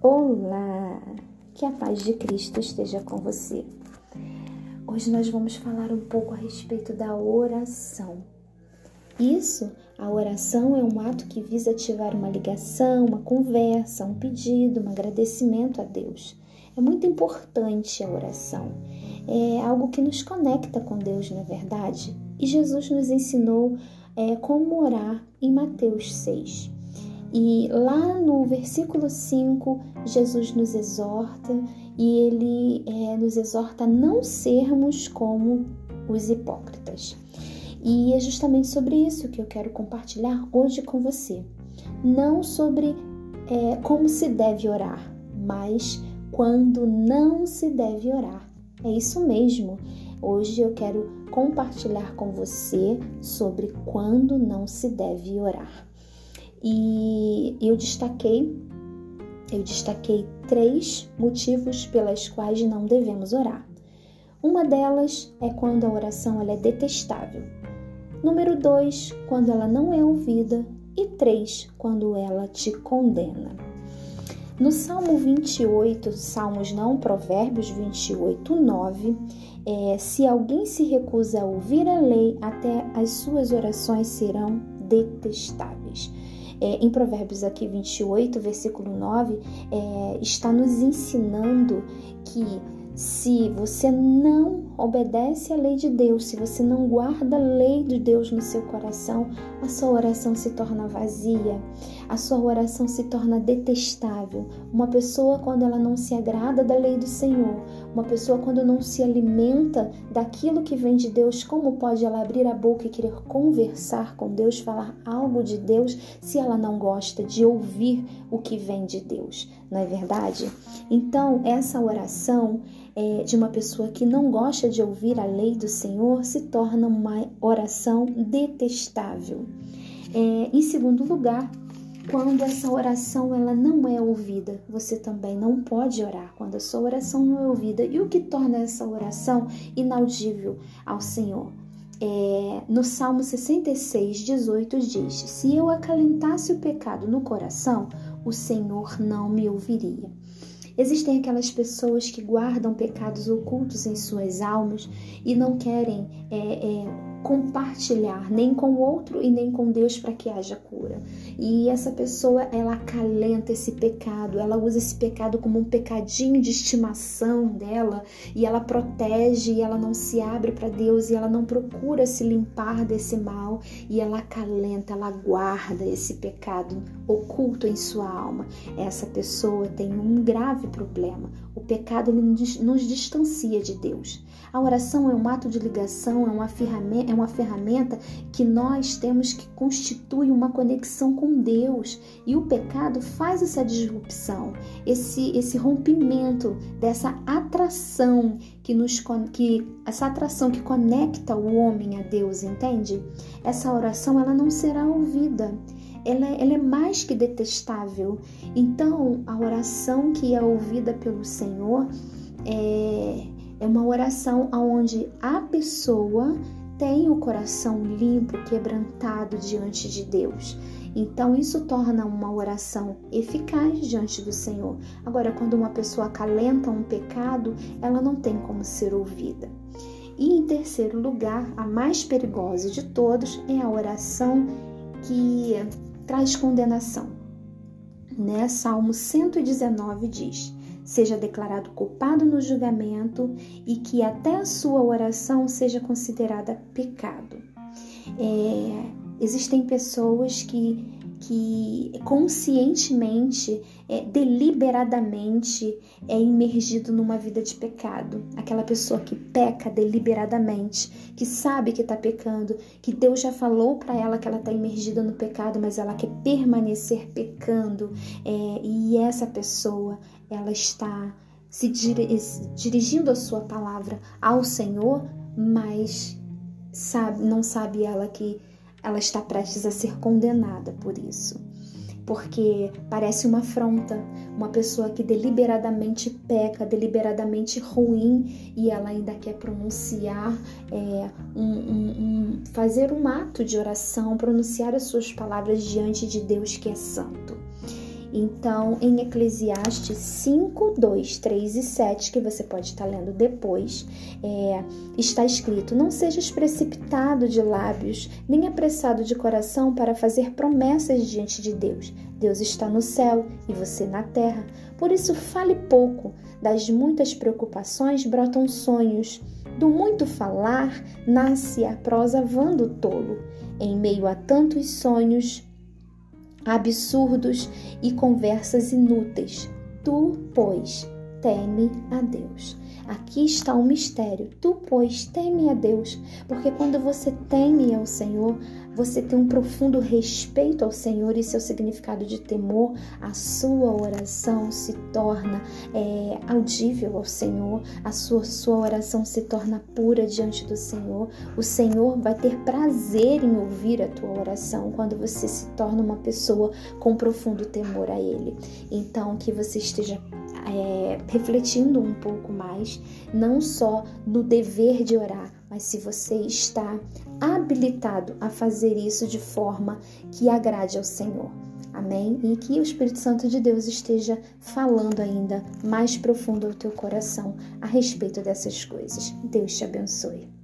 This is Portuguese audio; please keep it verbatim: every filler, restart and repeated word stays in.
Olá, que a paz de Cristo esteja com você. Hoje nós vamos falar um pouco a respeito da oração. Isso, a oração é um ato que visa ativar uma ligação, uma conversa, um pedido, um agradecimento a Deus. É muito importante a oração. É algo que nos conecta com Deus, não é verdade? E Jesus nos ensinou é, como orar em Mateus seis. E lá no versículo cinco, Jesus nos exorta e ele é, nos exorta a não sermos como os hipócritas. E é justamente sobre isso que eu quero compartilhar hoje com você. Não sobre é, como se deve orar, mas quando não se deve orar. É isso mesmo. Hoje eu quero compartilhar com você sobre quando não se deve orar. E eu destaquei, eu destaquei três motivos pelas quais não devemos orar. Uma delas é quando a oração ela é detestável. Número dois, quando ela não é ouvida. E três, quando ela te condena. No Salmo vinte e oito, Salmos não, Provérbios vinte e oito, nove, é, se alguém se recusa a ouvir a lei, até as suas orações serão detestáveis. É, em Provérbios aqui vinte e oito, versículo nove, é, está nos ensinando que se você não obedece à lei de Deus, se você não guarda a lei de Deus no seu coração, a sua oração se torna vazia, a sua oração se torna detestável. Uma pessoa, quando ela não se agrada da lei do Senhor, uma pessoa quando não se alimenta daquilo que vem de Deus, como pode ela abrir a boca e querer conversar com Deus, falar algo de Deus, se ela não gosta de ouvir o que vem de Deus, não é verdade? Então, essa oração é, de uma pessoa que não gosta de ouvir a lei do Senhor se torna uma oração detestável. É, em segundo lugar, quando essa oração ela não é ouvida, você também não pode orar quando a sua oração não é ouvida. E o que torna essa oração inaudível ao Senhor? É, no Salmo sessenta e seis, dezoito diz: se eu acalentasse o pecado no coração, o Senhor não me ouviria. Existem aquelas pessoas que guardam pecados ocultos em suas almas e não querem é, é, compartilhar nem com o outro e nem com Deus para que haja cura. E essa pessoa, ela acalenta esse pecado, ela usa esse pecado como um pecadinho de estimação dela e ela protege e ela não se abre para Deus e ela não procura se limpar desse mal e ela acalenta, ela guarda esse pecado oculto em sua alma. Essa pessoa tem um grave problema. O pecado ele nos distancia de Deus. A oração é um ato de ligação, é uma ferramenta, é uma ferramenta que nós temos que constitui uma conexão com Deus. E o pecado faz essa disrupção, esse, esse rompimento dessa atração que nos que essa atração que conecta o homem a Deus, entende? Essa oração ela não será ouvida. Ela, ela é mais que detestável. Então, a oração que é ouvida pelo Senhor é, é uma oração onde a pessoa tem o coração limpo, quebrantado diante de Deus. Então, isso torna uma oração eficaz diante do Senhor. Agora, quando uma pessoa acalenta um pecado, ela não tem como ser ouvida. E, em terceiro lugar, a mais perigosa de todos é a oração que traz condenação, né? Salmo cento e dezenove diz: seja declarado culpado no julgamento e que até a sua oração seja considerada pecado. É, existem pessoas que, que conscientemente, é, deliberadamente é imergido numa vida de pecado. Aquela pessoa que peca deliberadamente, que sabe que está pecando, que Deus já falou para ela que ela está imergida no pecado, mas ela quer permanecer pecando. É, e essa pessoa, ela está se dirigindo a sua palavra ao Senhor, mas sabe, não sabe ela que ela está prestes a ser condenada por isso. Porque parece uma afronta, uma pessoa que deliberadamente peca, deliberadamente ruim, e ela ainda quer pronunciar, é, um, um, um, fazer um ato de oração, pronunciar as suas palavras diante de Deus que é santo. Então, em Eclesiastes cinco, dois, três e sete, que você pode estar lendo depois, é, está escrito: não sejas precipitado de lábios, nem apressado de coração para fazer promessas diante de Deus. Deus está no céu e você na terra. Por isso, fale pouco. Das muitas preocupações brotam sonhos. Do muito falar, nasce a prosa vã do tolo. Em meio a tantos sonhos absurdos e conversas inúteis, tu, pois, teme a Deus. Aqui está o mistério. Tu, pois, teme a Deus, porque quando você teme ao Senhor, você tem um profundo respeito ao Senhor e seu significado de temor, a sua oração se torna é, audível ao Senhor, a sua, sua oração se torna pura diante do Senhor. O Senhor vai ter prazer em ouvir a tua oração quando você se torna uma pessoa com profundo temor a Ele. Então, que você esteja É, refletindo um pouco mais, não só no dever de orar, mas se você está habilitado a fazer isso de forma que agrade ao Senhor. Amém? E que o Espírito Santo de Deus esteja falando ainda mais profundo ao teu coração a respeito dessas coisas. Deus te abençoe.